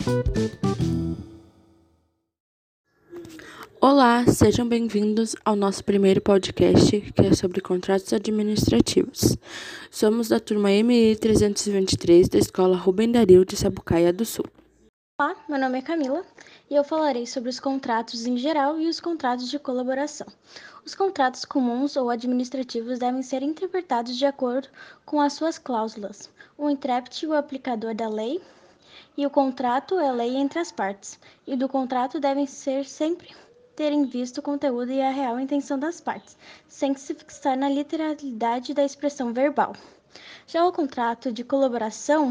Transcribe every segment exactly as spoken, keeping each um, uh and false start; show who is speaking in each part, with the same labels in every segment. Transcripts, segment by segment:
Speaker 1: Olá, sejam bem-vindos ao nosso primeiro podcast, que é sobre contratos administrativos. Somos da turma M I trezentos e vinte e três da Escola Rubem Dario de Sapucaia do Sul.
Speaker 2: Olá, meu nome é Camila e eu falarei sobre os contratos em geral e os contratos de colaboração. Os contratos comuns ou administrativos devem ser interpretados de acordo com as suas cláusulas. O intérprete, o aplicador da lei, e o contrato é lei entre as partes, e do contrato devem ser sempre ter em vista o conteúdo e a real intenção das partes, sem se fixar na literalidade da expressão verbal. Já o contrato de colaboração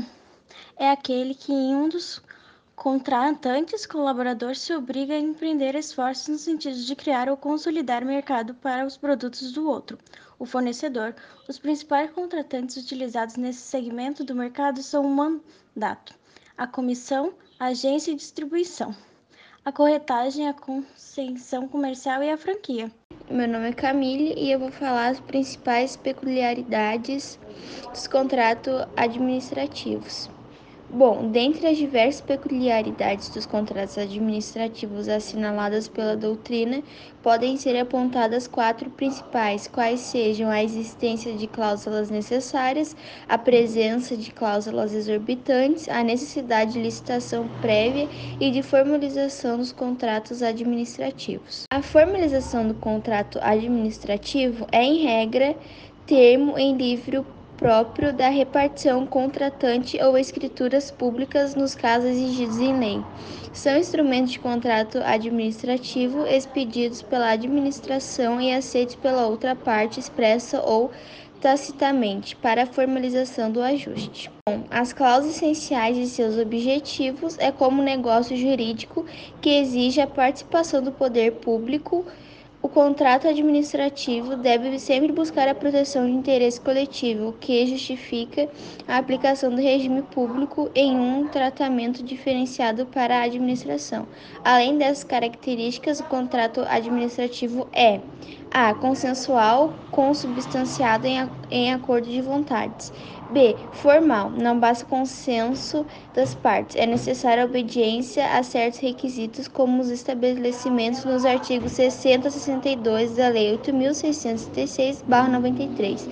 Speaker 2: é aquele que em um dos contratantes, colaborador se obriga a empreender esforços no sentido de criar ou consolidar mercado para os produtos do outro, o fornecedor. Os principais contratantes utilizados nesse segmento do mercado são o mandato, a comissão, a agência e distribuição, a corretagem, a concessão comercial e a franquia.
Speaker 3: Meu nome é Camille e eu vou falar as principais peculiaridades dos contratos administrativos. Bom, dentre as diversas peculiaridades dos contratos administrativos assinaladas pela doutrina, podem ser apontadas quatro principais, quais sejam a existência de cláusulas necessárias, a presença de cláusulas exorbitantes, a necessidade de licitação prévia e de formalização dos contratos administrativos. A formalização do contrato administrativo é, em regra, termo em livro próprio da repartição contratante ou escrituras públicas nos casos exigidos em lei. São instrumentos de contrato administrativo expedidos pela administração e aceitos pela outra parte expressa ou tacitamente para a formalização do ajuste. Bom, as cláusulas essenciais e seus objetivos é como negócio jurídico que exige a participação do poder público. O contrato administrativo deve sempre buscar a proteção de interesse coletivo, o que justifica a aplicação do regime público em um tratamento diferenciado para a administração. Além dessas características, o contrato administrativo é a. Consensual, consubstanciado em, em acordo de vontades. B. Formal. Não basta consenso das partes. É necessária a obediência a certos requisitos, como os estabelecimentos nos artigos sessenta e sessenta e dois da Lei oito mil seiscentos e trinta e seis barra noventa e três.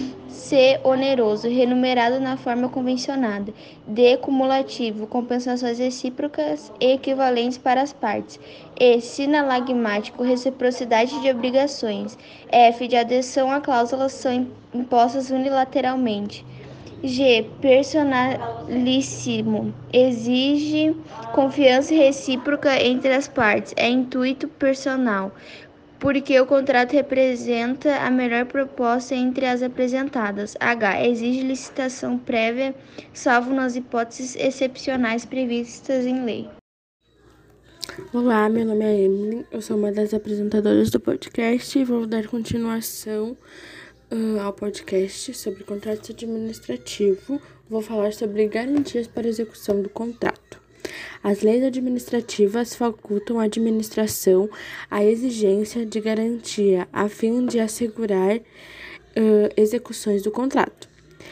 Speaker 3: C. Oneroso, remunerado na forma convencionada. D. Cumulativo, compensações recíprocas e equivalentes para as partes. E. Sinalagmático, reciprocidade de obrigações. F. De adesão a cláusulas são impostas unilateralmente. G. Personalíssimo, exige confiança recíproca entre as partes. É intuito personal, porque o contrato representa a melhor proposta entre as apresentadas. H. Exige licitação prévia, salvo nas hipóteses excepcionais previstas em lei.
Speaker 1: Olá, meu nome é Emily, eu sou uma das apresentadoras do podcast e vou dar continuação uh, ao podcast sobre contratos administrativos. Vou falar sobre garantias para execução do contrato. As leis administrativas facultam à administração a exigência de garantia a fim de assegurar uh, execuções do contrato.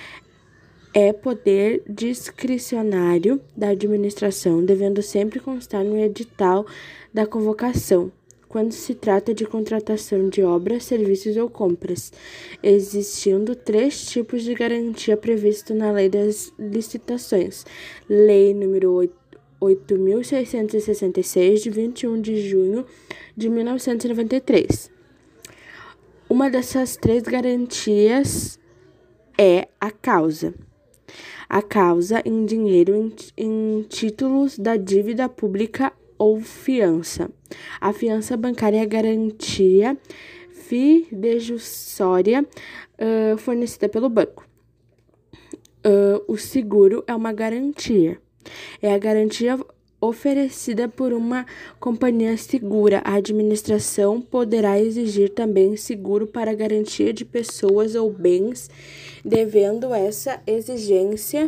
Speaker 1: É poder discricionário da administração, devendo sempre constar no edital da convocação, quando se trata de contratação de obras, serviços ou compras, existindo três tipos de garantia previsto na Lei das Licitações, Lei número oito mil seiscentos e sessenta e seis, de vinte e um de junho de mil novecentos e noventa e três. Uma dessas três garantias é a causa. A causa em dinheiro em, em títulos da dívida pública ou fiança. A fiança bancária é a garantia fidejussória uh, fornecida pelo banco. Uh, o seguro é uma garantia. É a garantia oferecida por uma companhia segura. A administração poderá exigir também seguro para garantia de pessoas ou bens, devendo essa exigência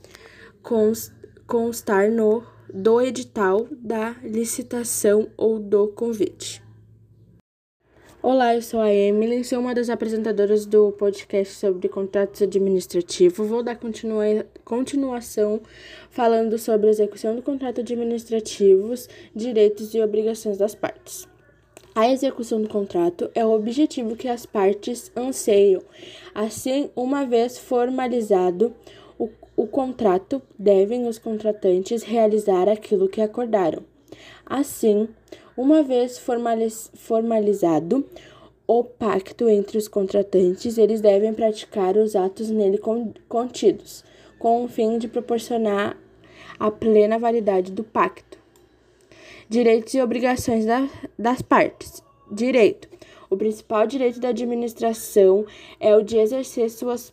Speaker 1: constar no do edital da licitação ou do convite. Olá, eu sou a Emily, sou uma das apresentadoras do podcast sobre contratos administrativos. Vou dar continua- continuação falando sobre a execução do contrato administrativo, direitos e obrigações das partes. A execução do contrato é o objetivo que as partes anseiam. Assim, uma vez formalizado o, o contrato, devem os contratantes realizar aquilo que acordaram. Assim, uma vez formaliz- formalizado o pacto entre os contratantes, eles devem praticar os atos nele con- contidos, com o fim de proporcionar a plena validade do pacto. Direitos e obrigações da, das partes. Direito. O principal direito da administração é o de exercer suas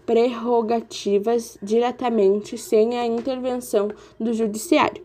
Speaker 1: prerrogativas diretamente, sem a intervenção do judiciário,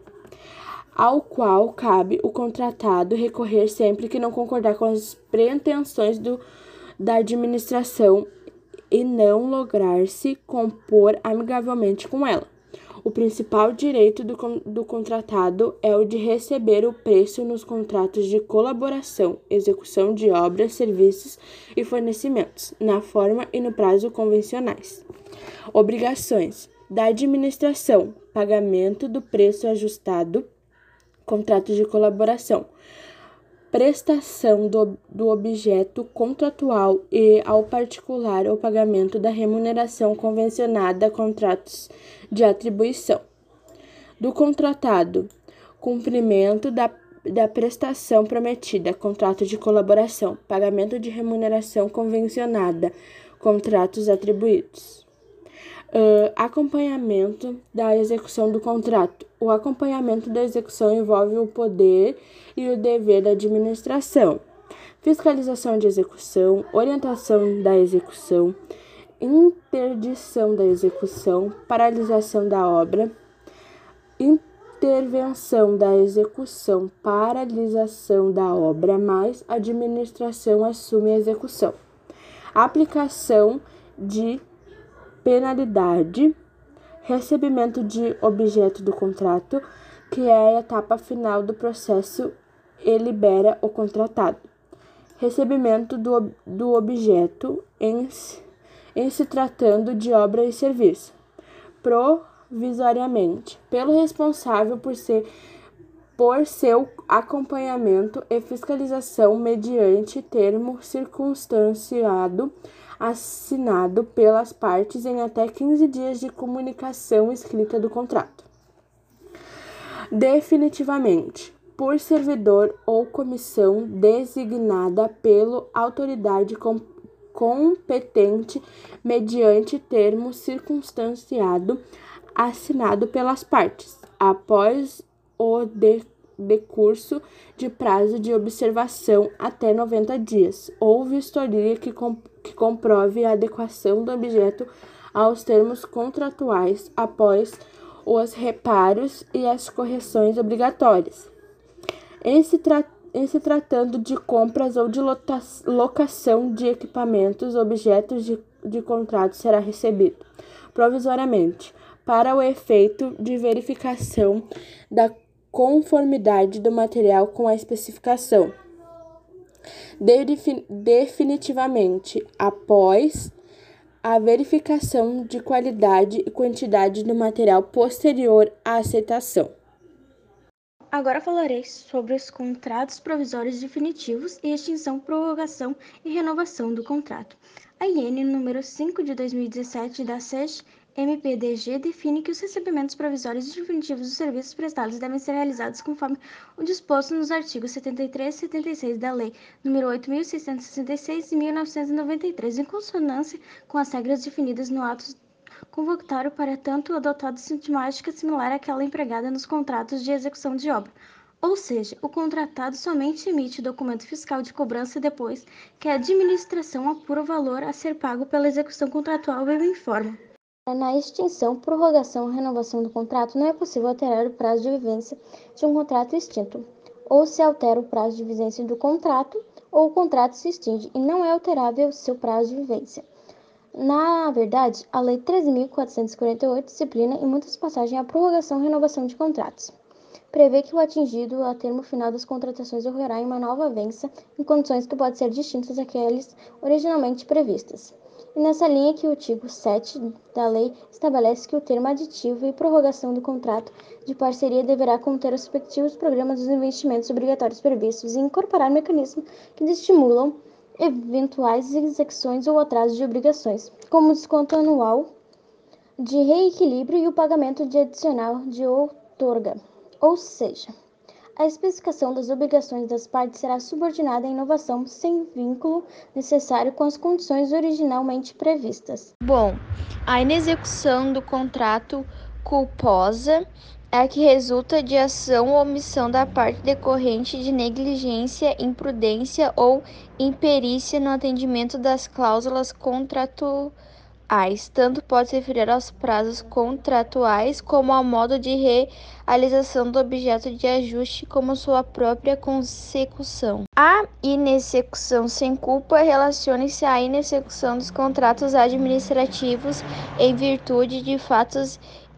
Speaker 1: ao qual cabe o contratado recorrer sempre que não concordar com as pretensões do, da administração e não lograr-se compor amigavelmente com ela. O principal direito do, do contratado é o de receber o preço nos contratos de colaboração, execução de obras, serviços e fornecimentos, na forma e no prazo convencionais. Obrigações da administração: pagamento do preço ajustado, contrato de colaboração, prestação do, do objeto contratual e, ao particular, o pagamento da remuneração convencionada, contratos de atribuição. Do contratado, cumprimento da, da prestação prometida, contrato de colaboração, pagamento de remuneração convencionada, contratos atribuídos. Uh, acompanhamento da execução do contrato. O acompanhamento da execução envolve o poder e o dever da administração. Fiscalização de execução, orientação da execução, interdição da execução, paralisação da obra, intervenção da execução, paralisação da obra, mais a administração assume a execução. Aplicação de penalidade, recebimento de objeto do contrato, que é a etapa final do processo e libera o contratado. Recebimento do, do objeto em, em se tratando de obra e serviço, provisoriamente, pelo responsável por, ser, por seu acompanhamento e fiscalização mediante termo circunstanciado assinado pelas partes em até quinze dias de comunicação escrita do contrato. Definitivamente, por servidor ou comissão designada pela autoridade com, competente mediante termo circunstanciado assinado pelas partes, após o de decurso de prazo de observação até noventa dias, ou vistoria que, com, que comprove a adequação do objeto aos termos contratuais após os reparos e as correções obrigatórias. Em se, tra em se tratando de compras ou de locação de equipamentos, objetos de, de contrato será recebido provisoriamente para o efeito de verificação da conformidade do material com a especificação. Definitivamente, após a verificação de qualidade e quantidade do material posterior à aceitação.
Speaker 2: Agora falarei sobre os contratos provisórios definitivos e extinção, prorrogação e renovação do contrato. A I N número cinco de dois mil e dezessete da S E S M P D G define que os recebimentos provisórios e definitivos dos serviços prestados devem ser realizados conforme o disposto nos artigos setenta e três e setenta e seis da Lei número oito mil seiscentos e sessenta e seis de mil novecentos e noventa e três, em consonância com as regras definidas no ato convocatório, para tanto adotado sistemática similar àquela empregada nos contratos de execução de obra. Ou seja, o contratado somente emite o documento fiscal de cobrança depois que a administração apura o valor a ser pago pela execução contratual e o informa. Na extinção, prorrogação ou renovação do contrato, não é possível alterar o prazo de vigência de um contrato extinto, ou se altera o prazo de vigência do contrato, ou o contrato se extingue e não é alterável seu prazo de vivência. Na verdade, a Lei treze mil quatrocentos e quarenta e oito disciplina em muitas passagens a prorrogação e renovação de contratos. prevê que o atingido ao termo final das contratações ocorrerá em uma nova avença em condições que podem ser distintas daquelas originalmente previstas. E nessa linha que o artigo sete da lei estabelece que o termo aditivo e prorrogação do contrato de parceria deverá conter os respectivos programas dos investimentos obrigatórios previstos e incorporar mecanismos que estimulam eventuais execuções ou atrasos de obrigações, como o desconto anual de reequilíbrio e o pagamento de adicional de outorga. Ou seja, a especificação das obrigações das partes será subordinada à inovação sem vínculo necessário com as condições originalmente previstas.
Speaker 3: Bom, a inexecução do contrato culposa é a que resulta de ação ou omissão da parte decorrente de negligência, imprudência ou imperícia no atendimento das cláusulas contratuais. Tanto pode se referir aos prazos contratuais como ao modo de realização do objeto de ajuste como sua própria consecução. A inexecução sem culpa relaciona-se à inexecução dos contratos administrativos em virtude de fatos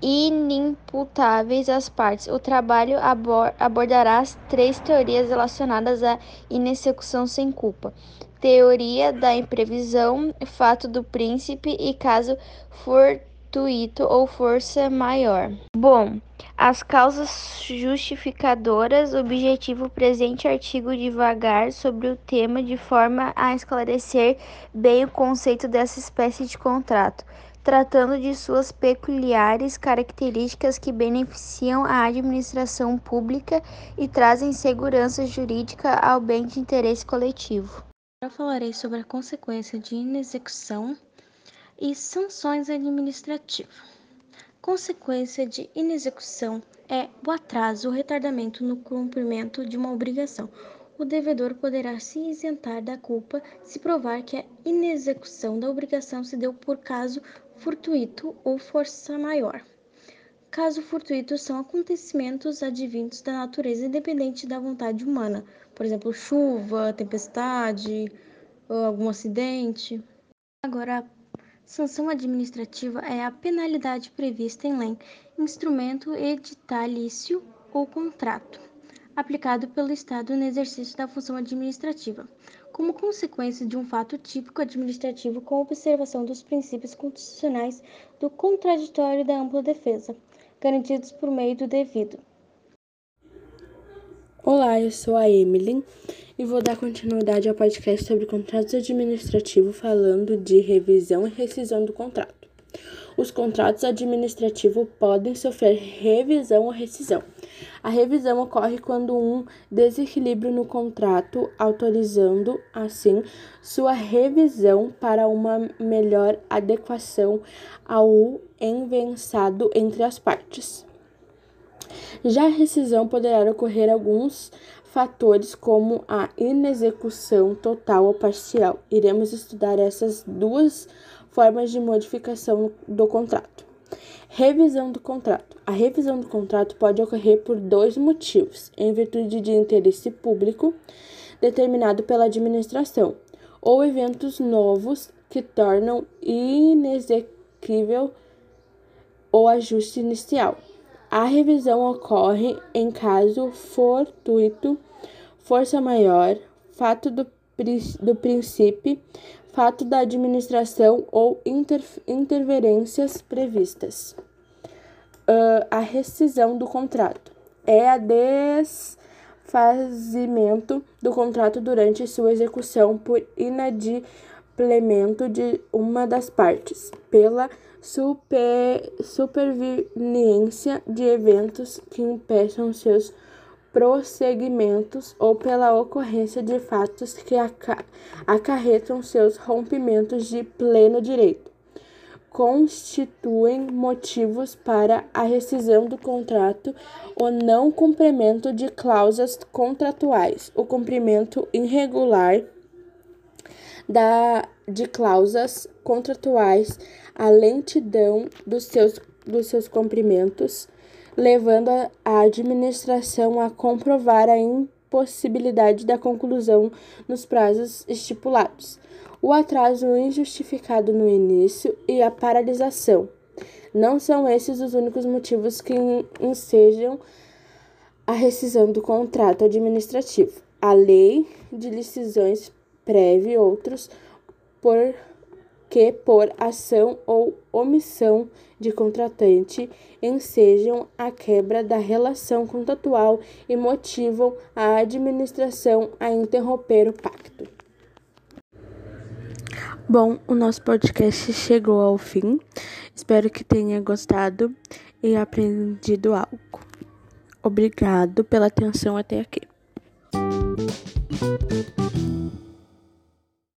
Speaker 3: inimputáveis às partes. O trabalho abordará as três teorias relacionadas à inexecução sem culpa: teoria da imprevisão, fato do príncipe e caso fortuito ou força maior. Bom, as causas justificadoras. O objetivo presente artigo divagar sobre o tema de forma a esclarecer bem o conceito dessa espécie de contrato, tratando de suas peculiares características que beneficiam a administração pública e trazem segurança jurídica ao bem de interesse coletivo.
Speaker 2: Agora falarei sobre a consequência de inexecução e sanções administrativas. Consequência de inexecução é o atraso ou retardamento no cumprimento de uma obrigação. O devedor poderá se isentar da culpa se provar que a inexecução da obrigação se deu por caso fortuito ou força maior. Caso fortuito são acontecimentos advindos da natureza independente da vontade humana, por exemplo, chuva, tempestade, algum acidente. Agora, a sanção administrativa é a penalidade prevista em lei, instrumento editalício ou contrato, aplicado pelo Estado no exercício da função administrativa, como consequência de um fato típico administrativo com observação dos princípios constitucionais do contraditório e da ampla defesa, garantidos por meio do devido.
Speaker 1: Olá, eu sou a Emily e vou dar continuidade ao podcast sobre contratos administrativos, falando de revisão e rescisão do contrato. Os contratos administrativos podem sofrer revisão ou rescisão. A revisão ocorre quando um desequilíbrio no contrato, autorizando, assim, sua revisão para uma melhor adequação ao envençado entre as partes. Já a rescisão poderá ocorrer alguns fatores, como a inexecução total ou parcial. Iremos estudar essas duas formas de modificação do contrato. Revisão do contrato. A revisão do contrato pode ocorrer por dois motivos: em virtude de interesse público determinado pela administração, ou eventos novos que tornam inexequível o ajuste inicial. A revisão ocorre em caso fortuito, força maior, fato do, do princípio, fato da administração ou inter, interferências previstas. Uh, a rescisão do contrato é a desfazimento do contrato durante sua execução por inadimplemento de uma das partes, pela super, superveniência de eventos que impeçam seus prosseguimentos ou pela ocorrência de fatos que aca- acarretam seus rompimentos de pleno direito. Constituem motivos para a rescisão do contrato o não cumprimento de cláusulas contratuais, o cumprimento irregular da, de cláusulas contratuais, a lentidão dos seus, dos seus cumprimentos, levando a, a administração a comprovar a impossibilidade da conclusão nos prazos estipulados, o atraso injustificado no início e a paralisação. Não são esses os únicos motivos que ensejam a rescisão do contrato administrativo, a lei de licitações prévia e outros por que por ação ou omissão de contratante ensejam a quebra da relação contratual e motivam a administração a interromper o pacto. Bom, o nosso podcast chegou ao fim. Espero que tenha gostado e aprendido algo. Obrigado pela atenção até aqui.